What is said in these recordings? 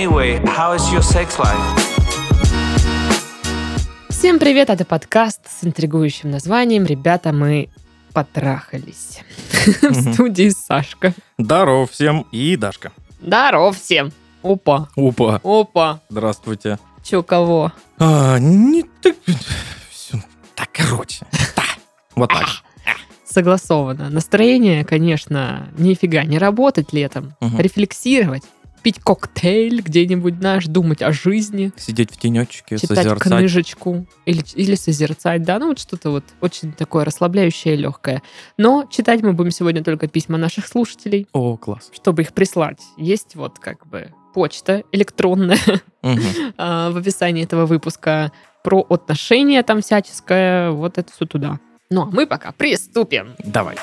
Anyway, how is your sex life? Всем привет, это подкаст с интригующим названием «Ребята, мы потрахались». В студии Сашка. Здоров всем и Дашка. Здоров всем. Опа. Здравствуйте. Чё, кого? Не так... Так, короче. Вот так. Согласовано. Настроение, конечно, нифига не работать летом. Рефлексировать. Пить коктейль где-нибудь, знаешь, думать о жизни. Сидеть в тенечке, читать созерцать. книжечку. Или созерцать, да. Ну, вот что-то вот очень такое расслабляющее, легкое. Но читать мы будем сегодня только письма наших слушателей. О, класс. Чтобы их прислать. Есть вот как бы почта электронная в описании этого выпуска. Про отношения там всяческое. Вот это все туда. Ну, а мы пока приступим. Давай.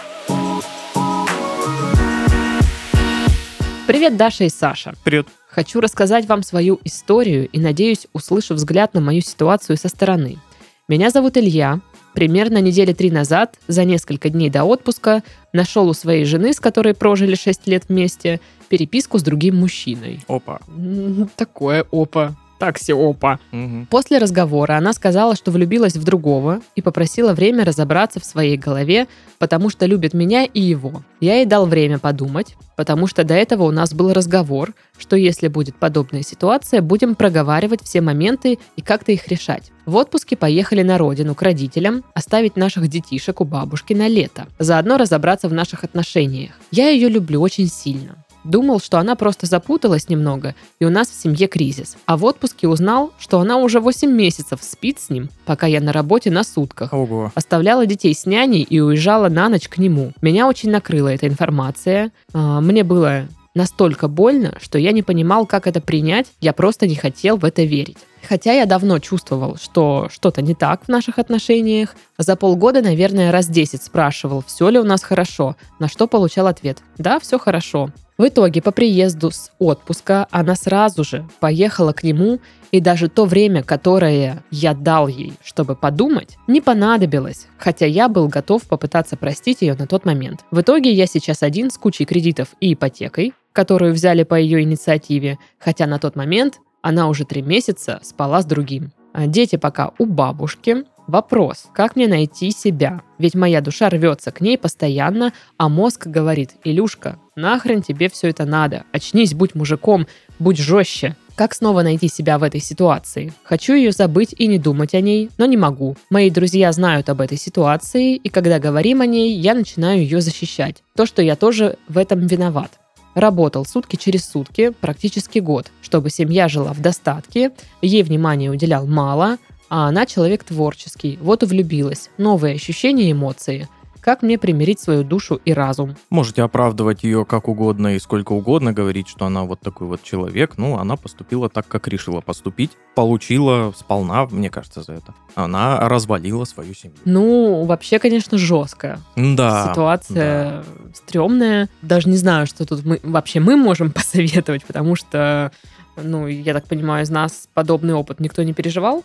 Привет, Даша и Саша. Привет. Хочу рассказать вам свою историю и, надеюсь, услышу взгляд на мою ситуацию со стороны. Меня зовут Илья. Примерно недели 3 назад, за несколько дней до отпуска, нашел у своей жены, с которой прожили 6 лет вместе, переписку с другим мужчиной. Опа. Такое опа. Такси опа. Угу. После разговора она сказала, что влюбилась в другого и попросила время разобраться в своей голове, потому что любит меня и его. Я ей дал время подумать, потому что до этого у нас был разговор, что если будет подобная ситуация, будем проговаривать все моменты и как-то их решать. В отпуске поехали на родину к родителям, оставить наших детишек у бабушки на лето, заодно разобраться в наших отношениях. Я ее люблю очень сильно. Думал, что она просто запуталась немного, и у нас в семье кризис. А в отпуске узнал, что она уже 8 месяцев спит с ним, пока я на работе на сутках. Ого. Оставляла детей с няней и уезжала на ночь к нему. Меня очень накрыла эта информация. Мне было настолько больно, что я не понимал, как это принять. Я просто не хотел в это верить. Хотя я давно чувствовал, что что-то не так в наших отношениях. За полгода, наверное, раз 10 спрашивал, все ли у нас хорошо, на что получал ответ: да, все хорошо. В итоге по приезду с отпуска она сразу же поехала к нему, и даже то время, которое я дал ей, чтобы подумать, не понадобилось, хотя я был готов попытаться простить ее на тот момент. В итоге я сейчас один с кучей кредитов и ипотекой, которую взяли по ее инициативе, хотя на тот момент она уже 3 месяца спала с другим. А дети пока у бабушки. Вопрос, как мне найти себя? Ведь моя душа рвется к ней постоянно, а мозг говорит: Илюшка, нахрен тебе все это надо? Очнись, будь мужиком, будь жестче. Как снова найти себя в этой ситуации? Хочу ее забыть и не думать о ней, но не могу. Мои друзья знают об этой ситуации, и когда говорим о ней, я начинаю ее защищать. То, что я тоже в этом виноват. Работал сутки через сутки, практически год, чтобы семья жила в достатке, ей внимания уделял мало, а она человек творческий, вот и влюбилась. Новые ощущения и эмоции. Как мне примирить свою душу и разум? Можете оправдывать ее как угодно и сколько угодно, говорить, что она вот такой вот человек. Ну, она поступила так, как решила поступить. Получила сполна, мне кажется, за это. Она развалила свою семью. Ну, вообще, конечно, жестко. Да. Ситуация стрёмная. Даже не знаю, что тут мы можем посоветовать, потому что... Ну, я так понимаю, из нас подобный опыт никто не переживал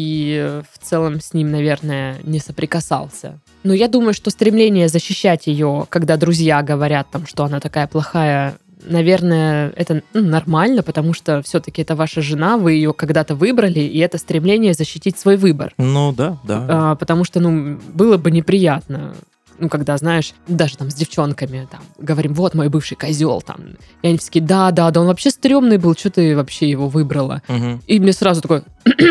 и в целом с ним, наверное, не соприкасался. Но я думаю, что стремление защищать ее, когда друзья говорят, там, что она такая плохая, наверное, это нормально, потому что все-таки это ваша жена, вы ее когда-то выбрали, и это стремление защитить свой выбор. Ну, да. Потому что, было бы неприятно. Когда, знаешь, даже там с девчонками там говорим: вот мой бывший козел там. И они все такие: да, он вообще стрёмный был, что ты вообще его выбрала? И мне сразу такой: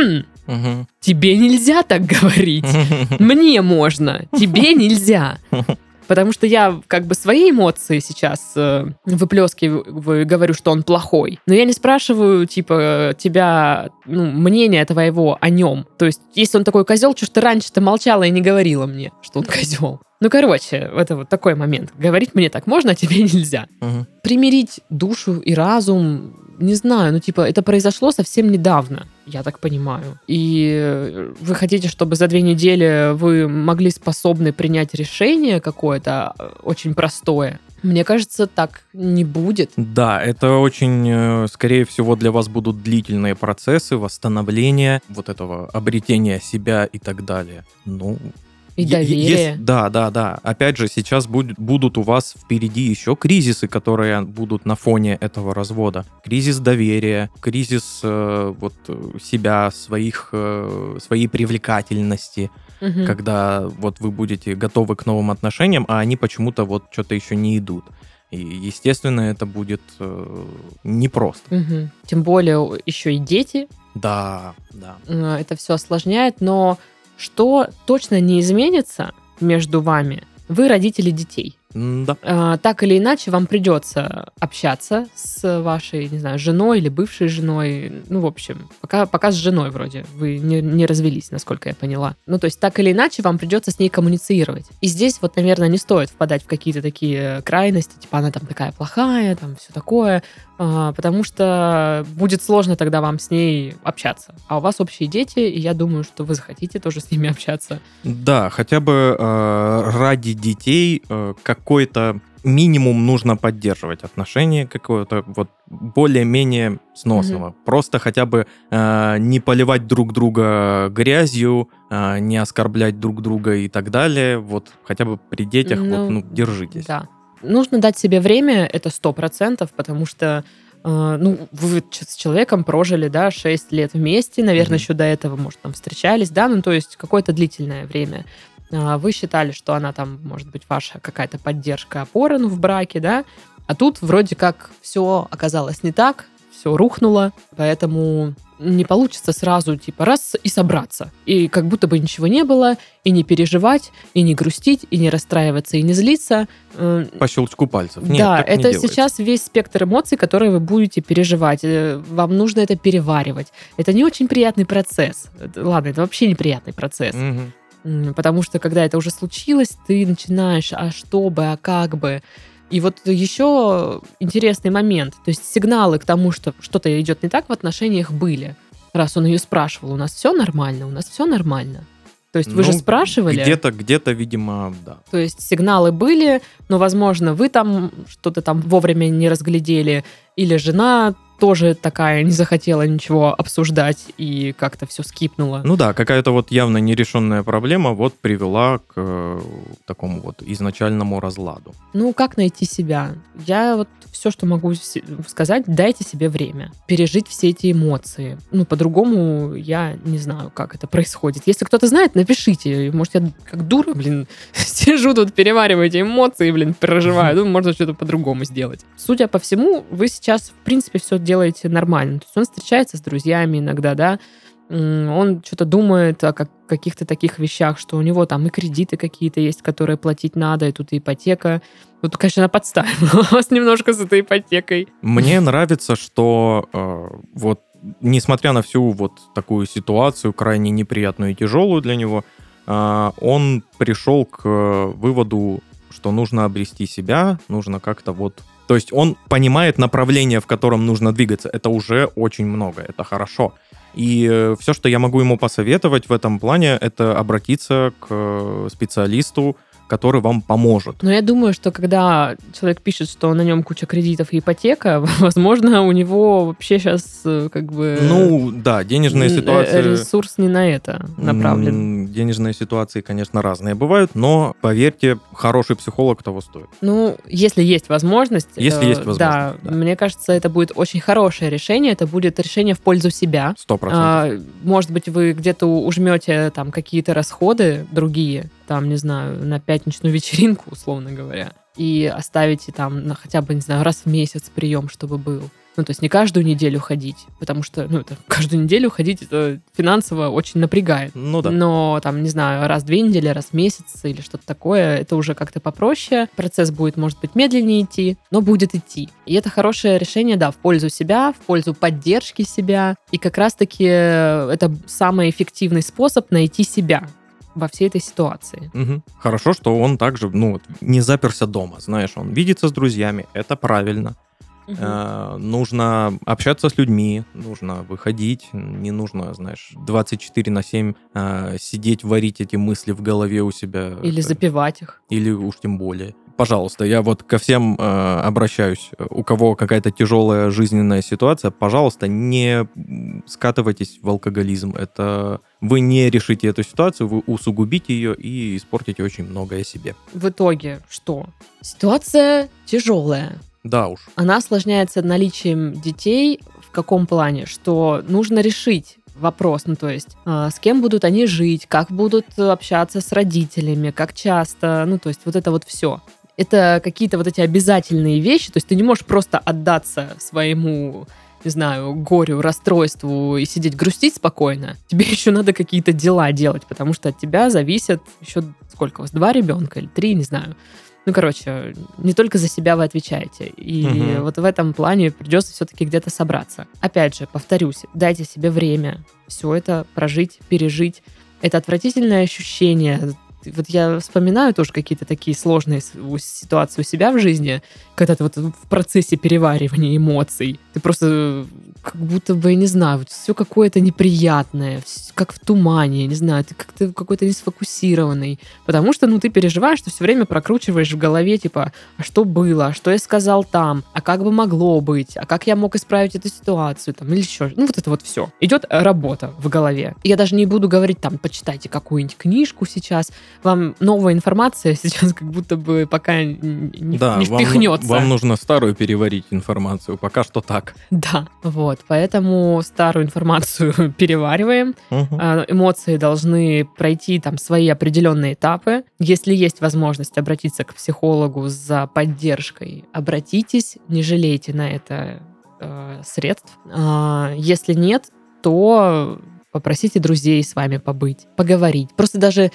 тебе нельзя так говорить. Мне можно, тебе нельзя. Потому что я как бы свои эмоции сейчас выплескиваю, говорю, что он плохой. Но я не спрашиваю, типа, тебя, мнения твоего о нем. То есть, если он такой козел, что ж ты раньше-то молчала и не говорила мне, что он козел? Это вот такой момент. Говорить мне так можно, а тебе нельзя. Примирить душу и разум, не знаю, это произошло совсем недавно, я так понимаю. И вы хотите, чтобы за 2 недели вы могли способны принять решение какое-то очень простое? Мне кажется, так не будет. Да, это очень, скорее всего, для вас будут длительные процессы восстановления вот этого обретения себя и так далее. И доверие. Да. Опять же, сейчас будут у вас впереди еще кризисы, которые будут на фоне этого развода. Кризис доверия, кризис себя, своей привлекательности, когда вот вы будете готовы к новым отношениям, а они почему-то вот что-то еще не идут. И, естественно, это будет непросто. Тем более еще и дети. Да. Это все осложняет, но что точно не изменится между вами? Вы родители детей. Да. Так или иначе, вам придется общаться с вашей, не знаю, женой или бывшей женой. Ну, в общем, пока с женой вроде. Вы не развелись, насколько я поняла. Ну, то есть, так или иначе, вам придется с ней коммуницировать. И здесь вот, наверное, не стоит впадать в какие-то такие крайности, типа она там такая плохая, там все такое, потому что будет сложно тогда вам с ней общаться. А у вас общие дети, и я думаю, что вы захотите тоже с ними общаться. Да, хотя бы ради детей какой-то минимум нужно поддерживать отношения какого-то вот более-менее сносного. Просто хотя бы не поливать друг друга грязью, не оскорблять друг друга и так далее. Вот хотя бы при детях держитесь. Да. Нужно дать себе время, это 100%, потому что вы с человеком прожили, 6 лет вместе, наверное, еще до этого, может, там встречались, то есть какое-то длительное время. Вы считали, что она там, может быть, ваша какая-то поддержка, опора в браке, а тут вроде как все оказалось не так, все рухнуло, поэтому не получится сразу раз и собраться. И как будто бы ничего не было, и не переживать, и не грустить, и не расстраиваться, и не злиться. По щелчку пальцев. Нет, да, так не это делается. сейчас весь спектр эмоций, которые вы будете переживать. Вам нужно это переваривать. Это не очень приятный процесс. Ладно, это вообще неприятный процесс. Потому что, когда это уже случилось, ты начинаешь, а что бы, а как бы. И вот еще интересный момент. То есть сигналы к тому, что что-то идет не так в отношениях были. Раз он ее спрашивал, у нас все нормально, у нас все нормально. То есть вы же спрашивали. Где-то, видимо, да. То есть сигналы были, но, возможно, вы там что-то там вовремя не разглядели, или жена тоже такая не захотела ничего обсуждать и как-то все скипнула. Ну да, какая-то вот явно нерешенная проблема вот привела к такому вот изначальному разладу. Ну, как найти себя? Я вот все, что могу сказать, дайте себе время. Пережить все эти эмоции. По-другому я не знаю, как это происходит. Если кто-то знает, напишите. Может, я как дура, сижу тут, перевариваю эти эмоции, переживаю. Можно что-то по-другому сделать. Судя по всему, вы сейчас, в принципе, все делаете нормально. То есть он встречается с друзьями иногда, он что-то думает о каких-то таких вещах, что у него там и кредиты какие-то есть, которые платить надо, и тут и ипотека. Тут, конечно, она подставила вас немножко с этой ипотекой. Мне нравится, что вот несмотря на всю вот такую ситуацию, крайне неприятную и тяжелую для него, он пришел к выводу, что нужно обрести себя, нужно как-то вот... То есть он понимает направление, в котором нужно двигаться. Это уже очень много, это хорошо. И все, что я могу ему посоветовать в этом плане, это обратиться к специалисту, который вам поможет. Но я думаю, что когда человек пишет, что на нем куча кредитов и ипотека, возможно, у него вообще сейчас денежная ситуация... Ресурс не на это направлен. Денежные ситуации, конечно, разные бывают, но, поверьте, хороший психолог того стоит. Если есть возможность... Да, мне кажется, это будет очень хорошее решение, это будет решение в пользу себя. 100%. Может быть, вы где-то ужмете там какие-то расходы другие, там, не знаю, на пятничную вечеринку, условно говоря, и оставите там хотя бы, не знаю, раз в месяц прием, чтобы был. То есть не каждую неделю ходить, потому что, это каждую неделю ходить, это финансово очень напрягает. Да. Но, там, не знаю, раз в 2 недели, раз в месяц или что-то такое, это уже как-то попроще. Процесс будет, может быть, медленнее идти, но будет идти. И это хорошее решение, в пользу себя, в пользу поддержки себя. И как раз-таки это самый эффективный способ найти себя во всей этой ситуации. Хорошо, что он также, не заперся дома, знаешь, он видится с друзьями, это правильно. Нужно общаться с людьми, нужно выходить, не нужно, 24/7 сидеть, варить эти мысли в голове у себя. Или запивать их. Или уж тем более. Пожалуйста, я вот ко всем обращаюсь. У кого какая-то тяжелая жизненная ситуация, пожалуйста, не скатывайтесь в алкоголизм. Это вы не решите эту ситуацию, вы усугубите ее и испортите очень многое себе. В итоге что? Ситуация тяжелая. Да уж. Она осложняется наличием детей в каком плане? Что нужно решить вопрос, ну то есть с кем будут они жить, как будут общаться с родителями, как часто, ну то есть вот это вот все. Это какие-то вот эти обязательные вещи, то есть ты не можешь просто отдаться своему, не знаю, горю, расстройству и сидеть грустить спокойно. Тебе еще надо какие-то дела делать, потому что от тебя зависит еще сколько у вас, 2 ребенка или 3, не знаю. Ну, короче, не только за себя вы отвечаете. И вот в этом плане придется все-таки где-то собраться. Опять же, повторюсь, дайте себе время все это прожить, пережить. Это отвратительное ощущение. Вот я вспоминаю тоже какие-то такие сложные ситуации у себя в жизни, когда ты вот в процессе переваривания эмоций, ты просто как будто бы, не знаю, вот все какое-то неприятное, как в тумане, не знаю, ты как-то какой-то не сфокусированный, потому что, ну, ты переживаешь, что все время прокручиваешь в голове, типа, а что было, а что я сказал там, а как бы могло быть, а как я мог исправить эту ситуацию, там, или еще, ну, вот это вот все. Идет работа в голове. Я даже не буду говорить, там, почитайте какую-нибудь книжку сейчас, вам новая информация сейчас как будто бы пока не впихнется. Вам нужно старую переварить информацию, пока что так. Да, вот, поэтому старую информацию перевариваем. Эмоции должны пройти там свои определенные этапы. Если есть возможность обратиться к психологу за поддержкой, обратитесь, не жалейте на это средств. Если нет, то попросите друзей с вами побыть, поговорить. Просто даже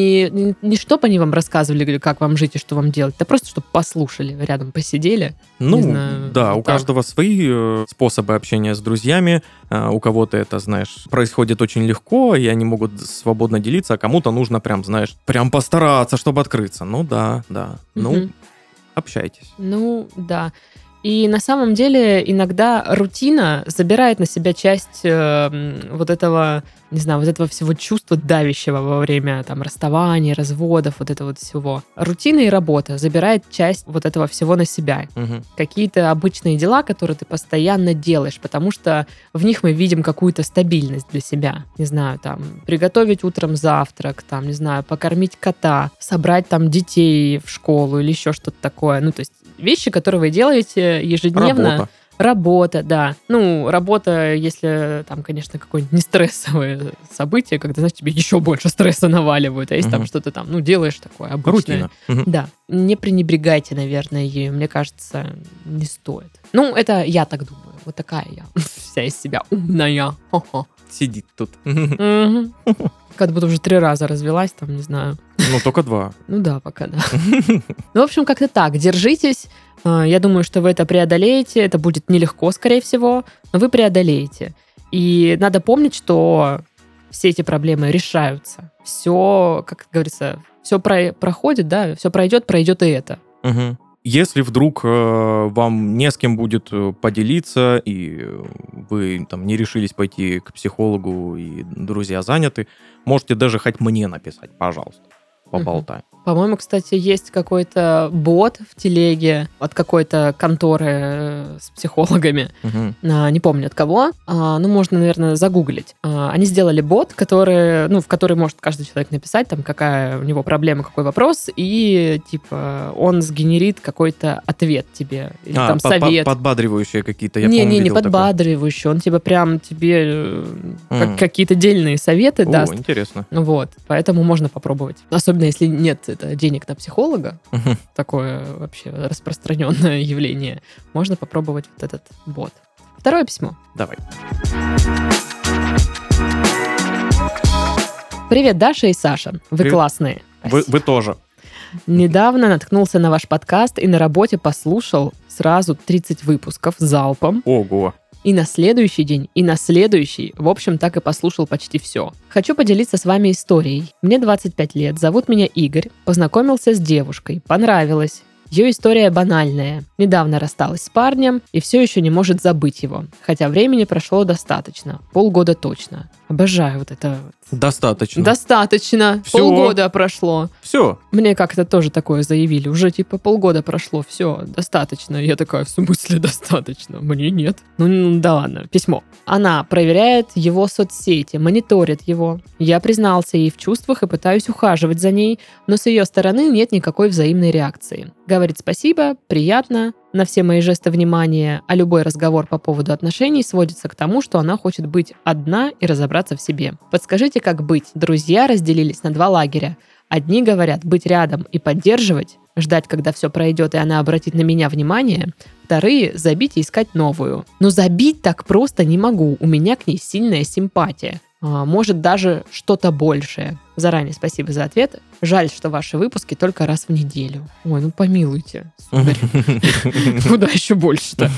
не чтобы они вам рассказывали, как вам жить и что вам делать, а просто чтобы послушали, рядом посидели. Ну, знаю, да, вот у каждого свои способы общения с друзьями. У кого-то это, знаешь, происходит очень легко, и они могут свободно делиться, а кому-то нужно прям, знаешь, прям постараться, чтобы открыться. Ну, да. Ну, общайтесь. Ну, да. И на самом деле иногда рутина забирает на себя часть вот этого, не знаю, вот этого всего чувства давящего во время там расставаний, разводов, вот этого вот всего. Рутина и работа забирает часть вот этого всего на себя. Какие-то обычные дела, которые ты постоянно делаешь, потому что в них мы видим какую-то стабильность для себя. Не знаю, там, приготовить утром завтрак, там, не знаю, покормить кота, собрать там детей в школу или еще что-то такое. Ну, то есть вещи, которые вы делаете ежедневно. Работа, да. Ну, работа, если там, конечно, какое-нибудь не стрессовое событие, когда, знаешь, тебе еще больше стресса наваливают, а если там что-то там, ну, делаешь такое обычное. Рутина. Да. Не пренебрегайте, наверное, ею. Мне кажется, не стоит. Ну, это я так думаю. Вот такая я. Вся из себя умная. Сидит тут. Когда будто уже 3 раза развелась, там, не знаю. Ну, только 2. Ну да, пока да. Ну, в общем, как-то так. Держитесь. Я думаю, что вы это преодолеете. Это будет нелегко, скорее всего, но вы преодолеете. И надо помнить, что все эти проблемы решаются. Все, как говорится, все проходит, да, все пройдет и это. Если вдруг вам не с кем будет поделиться, и вы там не решились пойти к психологу, и друзья заняты, можете даже хоть мне написать, пожалуйста, поболтаем. По-моему, кстати, есть какой-то бот в телеге от какой-то конторы с психологами. Не помню от кого. Ну, можно, наверное, загуглить. Они сделали бот, в который может каждый человек написать, там, какая у него проблема, какой вопрос, и, типа, он сгенерит какой-то ответ тебе. Или там совет. Подбадривающие какие-то, я помню, видел не подбадривающие. Он тебе прям какие-то дельные советы даст. Интересно. Вот. Поэтому можно попробовать. Особенно, если нет денег на психолога, такое вообще распространенное явление, можно попробовать вот этот бот. Второе письмо. Давай. Привет, Даша и Саша. Вы Привет. Классные. Вы тоже. Недавно наткнулся на ваш подкаст и на работе послушал сразу 30 выпусков залпом. Ого. И на следующий день, и на следующий. В общем, так и послушал почти все. Хочу поделиться с вами историей. Мне 25 лет, зовут меня Игорь. Познакомился с девушкой, понравилось. Ее история банальная. Недавно рассталась с парнем и все еще не может забыть его. Хотя времени прошло достаточно, полгода точно. Обожаю вот это. Достаточно. Достаточно. Всё. Полгода прошло. Все. Мне как-то тоже такое заявили. Уже типа полгода прошло, все, достаточно. Я такая, в смысле достаточно? Мне нет. Ну да ладно, письмо. Она проверяет его соцсети, мониторит его. Я признался ей в чувствах и пытаюсь ухаживать за ней, но с ее стороны нет никакой взаимной реакции. Говорит спасибо, приятно, на все мои жесты внимания, а любой разговор по поводу отношений сводится к тому, что она хочет быть одна и разобраться в себе. Подскажите, как быть? Друзья разделились на 2 лагеря. Одни говорят быть рядом и поддерживать, ждать, когда все пройдет, и она обратит на меня внимание. Вторые — забить и искать новую. Но забить так просто не могу, у меня к ней сильная симпатия. Может, даже что-то большее. Заранее спасибо за ответ. Жаль, что ваши выпуски только раз в неделю. Ой, ну помилуйте, сударь. Куда еще больше-то?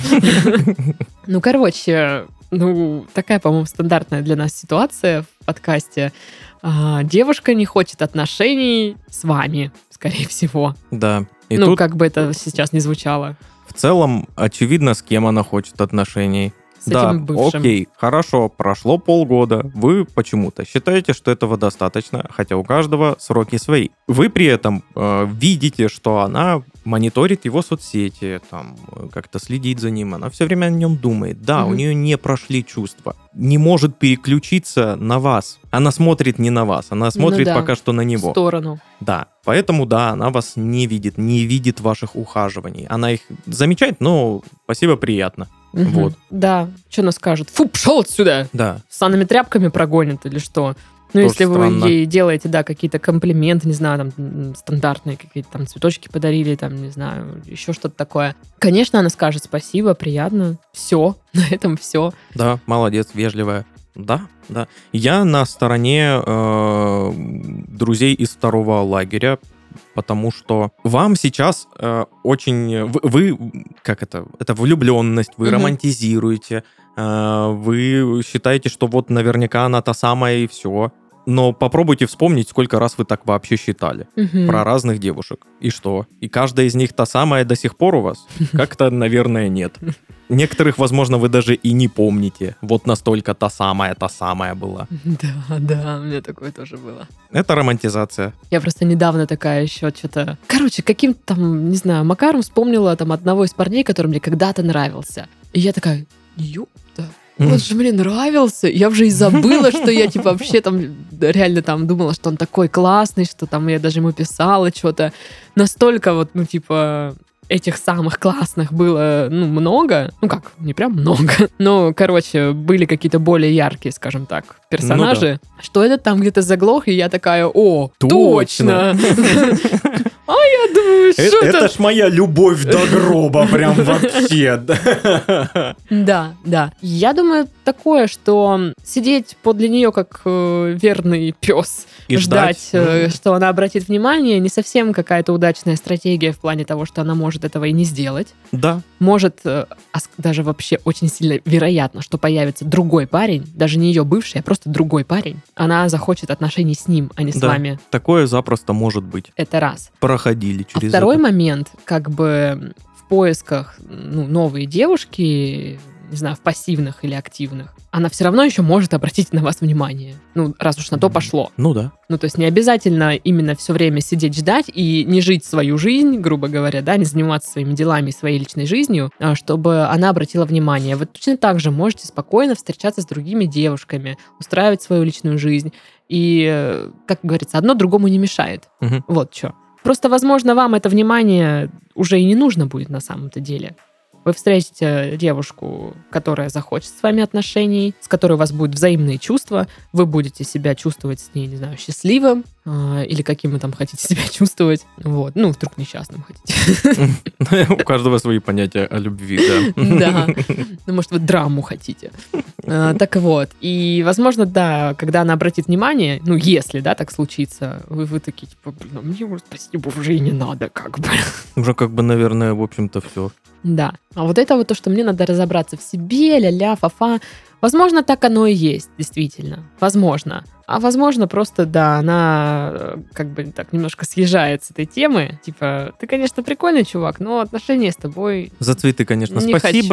Ну, короче, такая, по-моему, стандартная для нас ситуация в подкасте. Девушка не хочет отношений с вами, скорее всего. Да. И Ну, тут как бы это сейчас не звучало. в целом очевидно, с кем она хочет отношений. С Да, этим бывшим. окей, хорошо, прошло полгода. Вы почему-то считаете, что этого достаточно, хотя у каждого сроки свои. Вы при этом видите, что она мониторит его соцсети, там, как-то следит за ним, она все время о нем думает. Да, у нее не прошли чувства. Не может переключиться на вас. Она смотрит не на вас, она смотрит да, пока что на В него. сторону. Да, поэтому, да, она вас не видит ваших ухаживаний. Она их замечает, но спасибо, приятно. Мгм. Вот. Да, что она скажет? Фу, пшел отсюда! Да. С санными тряпками прогонит или что? Ну, Тоже если странно. вы ей делаете, да, какие-то комплименты, не знаю, там, стандартные какие-то там цветочки подарили, там, не знаю, еще что-то такое. Конечно, она скажет спасибо, приятно. Все, на этом все. Да, молодец, вежливая. Да, да. Я на стороне друзей из 2 лагеря, потому что вам сейчас очень... Вы как это? Это влюбленность, вы Мгм. романтизируете, вы считаете, что вот наверняка она та самая и все. Но попробуйте вспомнить, сколько раз вы так вообще считали про разных девушек. И что? И каждая из них та самая до сих пор у вас? Как-то, наверное, нет. Некоторых, возможно, вы даже и не помните. Вот настолько та самая была. Да, у меня такое тоже было. Это романтизация. Я просто недавно такая еще что-то... Короче, каким-то там, не знаю, макаром вспомнила там одного из парней, который мне когда-то нравился. И я такая, ёпта, он же мне нравился. Я уже и забыла, что я типа вообще там реально там думала, что он такой классный, что там я даже ему писала что-то. Настолько вот, ну типа... Этих самых классных было, много. Ну как, не прям много. Но, короче, были какие-то более яркие, скажем так, персонажи. Что этот там где-то заглох, и я такая, о, точно! А я думаю, что Это ж моя любовь до гроба, прям вообще. Да. Я думаю такое, что сидеть подле нее как верный пес, И ждать. что она обратит внимание, не совсем какая-то удачная стратегия в плане того, что она может этого и не сделать. Да. Может, даже вообще очень сильно вероятно, что появится другой парень, даже не ее бывший, а просто другой парень. Она захочет отношений с ним, а не с Да. вами. Такое запросто может быть. Это раз. Проходили А через второй это. момент, как бы в поисках новые девушки, не знаю, в пассивных или активных, она все равно еще может обратить на вас внимание. Ну, раз уж на то пошло. Ну да. Ну, то есть не обязательно именно все время сидеть ждать и не жить свою жизнь, грубо говоря, да, не заниматься своими делами, своей личной жизнью, чтобы она обратила внимание. Вы точно так же можете спокойно встречаться с другими девушками, устраивать свою личную жизнь. И, как говорится, одно другому не мешает. Мгм. Вот что. Просто, возможно, вам это внимание уже и не нужно будет на самом-то деле. Вы встретите девушку, которая захочет с вами отношений, с которой у вас будут взаимные чувства, вы будете себя чувствовать с ней, не знаю, счастливым, или каким вы там хотите себя чувствовать. Вот. Ну, вдруг несчастным хотите. У каждого свои понятия о любви, да. Да. Ну, может, вы драму хотите. Так вот. И, возможно, да, когда она обратит внимание, ну, если, да, так случится, вы такие, типа, блин, а мне, спасибо, уже и не надо, как бы. Уже как бы, наверное, в общем-то, все. Да. А вот это вот то, что мне надо разобраться в себе, ля-ля, фа-фа. Возможно, так оно и есть, действительно. Возможно. А возможно, просто, да, она как бы так немножко съезжает с этой темы. Типа, ты, конечно, прикольный чувак, но отношения с тобой За цветы, конечно, не спасибо. хочу.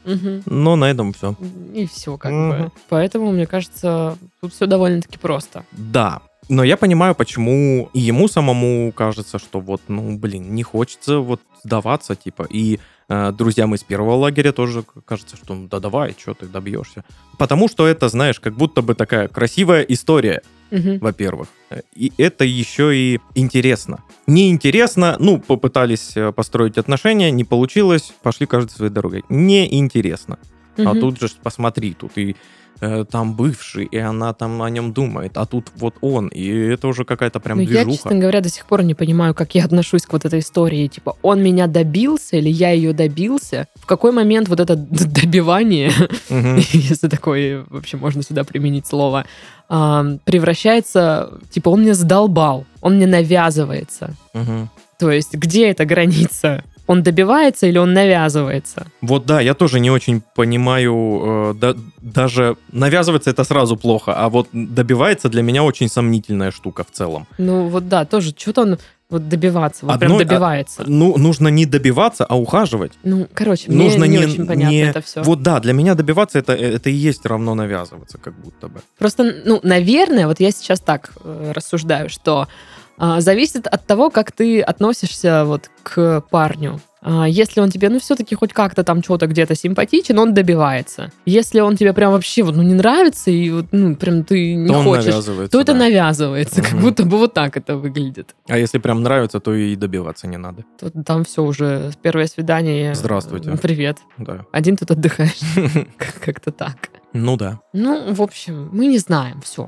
Но на этом все. И все как бы. Поэтому, мне кажется, тут все довольно-таки просто. Да. Но я понимаю, почему и ему самому кажется, что вот, не хочется вот сдаваться, типа, и друзьям из первого лагеря тоже кажется, что да давай, что ты добьешься. Потому что это, знаешь, как будто бы такая красивая история, во-первых. И это еще и интересно. Неинтересно, попытались построить отношения, не получилось, пошли каждой своей дорогой. Неинтересно. А тут же, посмотри, тут и там бывший, и она там о нем думает, а тут вот он, и это уже какая-то прям движуха. Я, честно говоря, до сих пор не понимаю, как я отношусь к вот этой истории. Типа, он меня добился или я ее добился? В какой момент вот это добивание, если такое вообще можно сюда применить слово, превращается, типа, он мне задолбал, он мне навязывается. То есть, где эта граница? Он добивается или он навязывается? Вот да, я тоже не очень понимаю, даже навязывается это сразу плохо, а вот добивается для меня очень сомнительная штука в целом. Ну вот да, тоже что-то он вот добиваться, вот прям добивается. Нужно не добиваться, а ухаживать. Короче, мне нужно не очень понятно это все. Вот да, для меня добиваться это и есть равно навязываться, как будто бы. Просто, наверное, вот я сейчас так рассуждаю, что зависит от того, как ты относишься вот к парню. Если он тебе, все-таки хоть как-то там что-то где-то симпатичен, он добивается. Если он тебе прям вообще не нравится, и прям ты не хочешь, то это навязывается. Как будто бы вот так это выглядит. А если прям нравится, то и добиваться не надо. Там все уже, первое свидание. Здравствуйте. Привет. Да. Один тут отдыхаешь. Как-то так. Ну да. В общем, мы не знаем, все.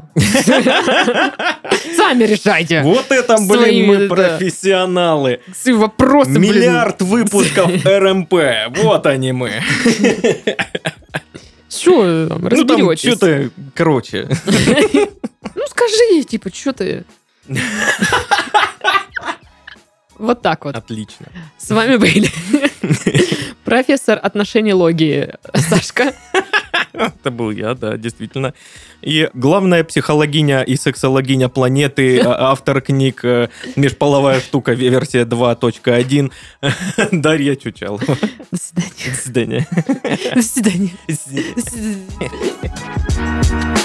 Сами решайте. Вот это, мы профессионалы. Вопросы, Миллиард выпусков РМП. Вот они мы. Что, разберетесь? Что-то, короче. Скажи, типа, что ты... Вот так вот. Отлично. С вами были профессор отношениологии Сашка. Это был я, да, действительно. И главная психологиня и сексологиня планеты, автор книг «Межполовая штука. Версия 2.1» Дарья Чучалова. До свидания. До свидания. До свидания.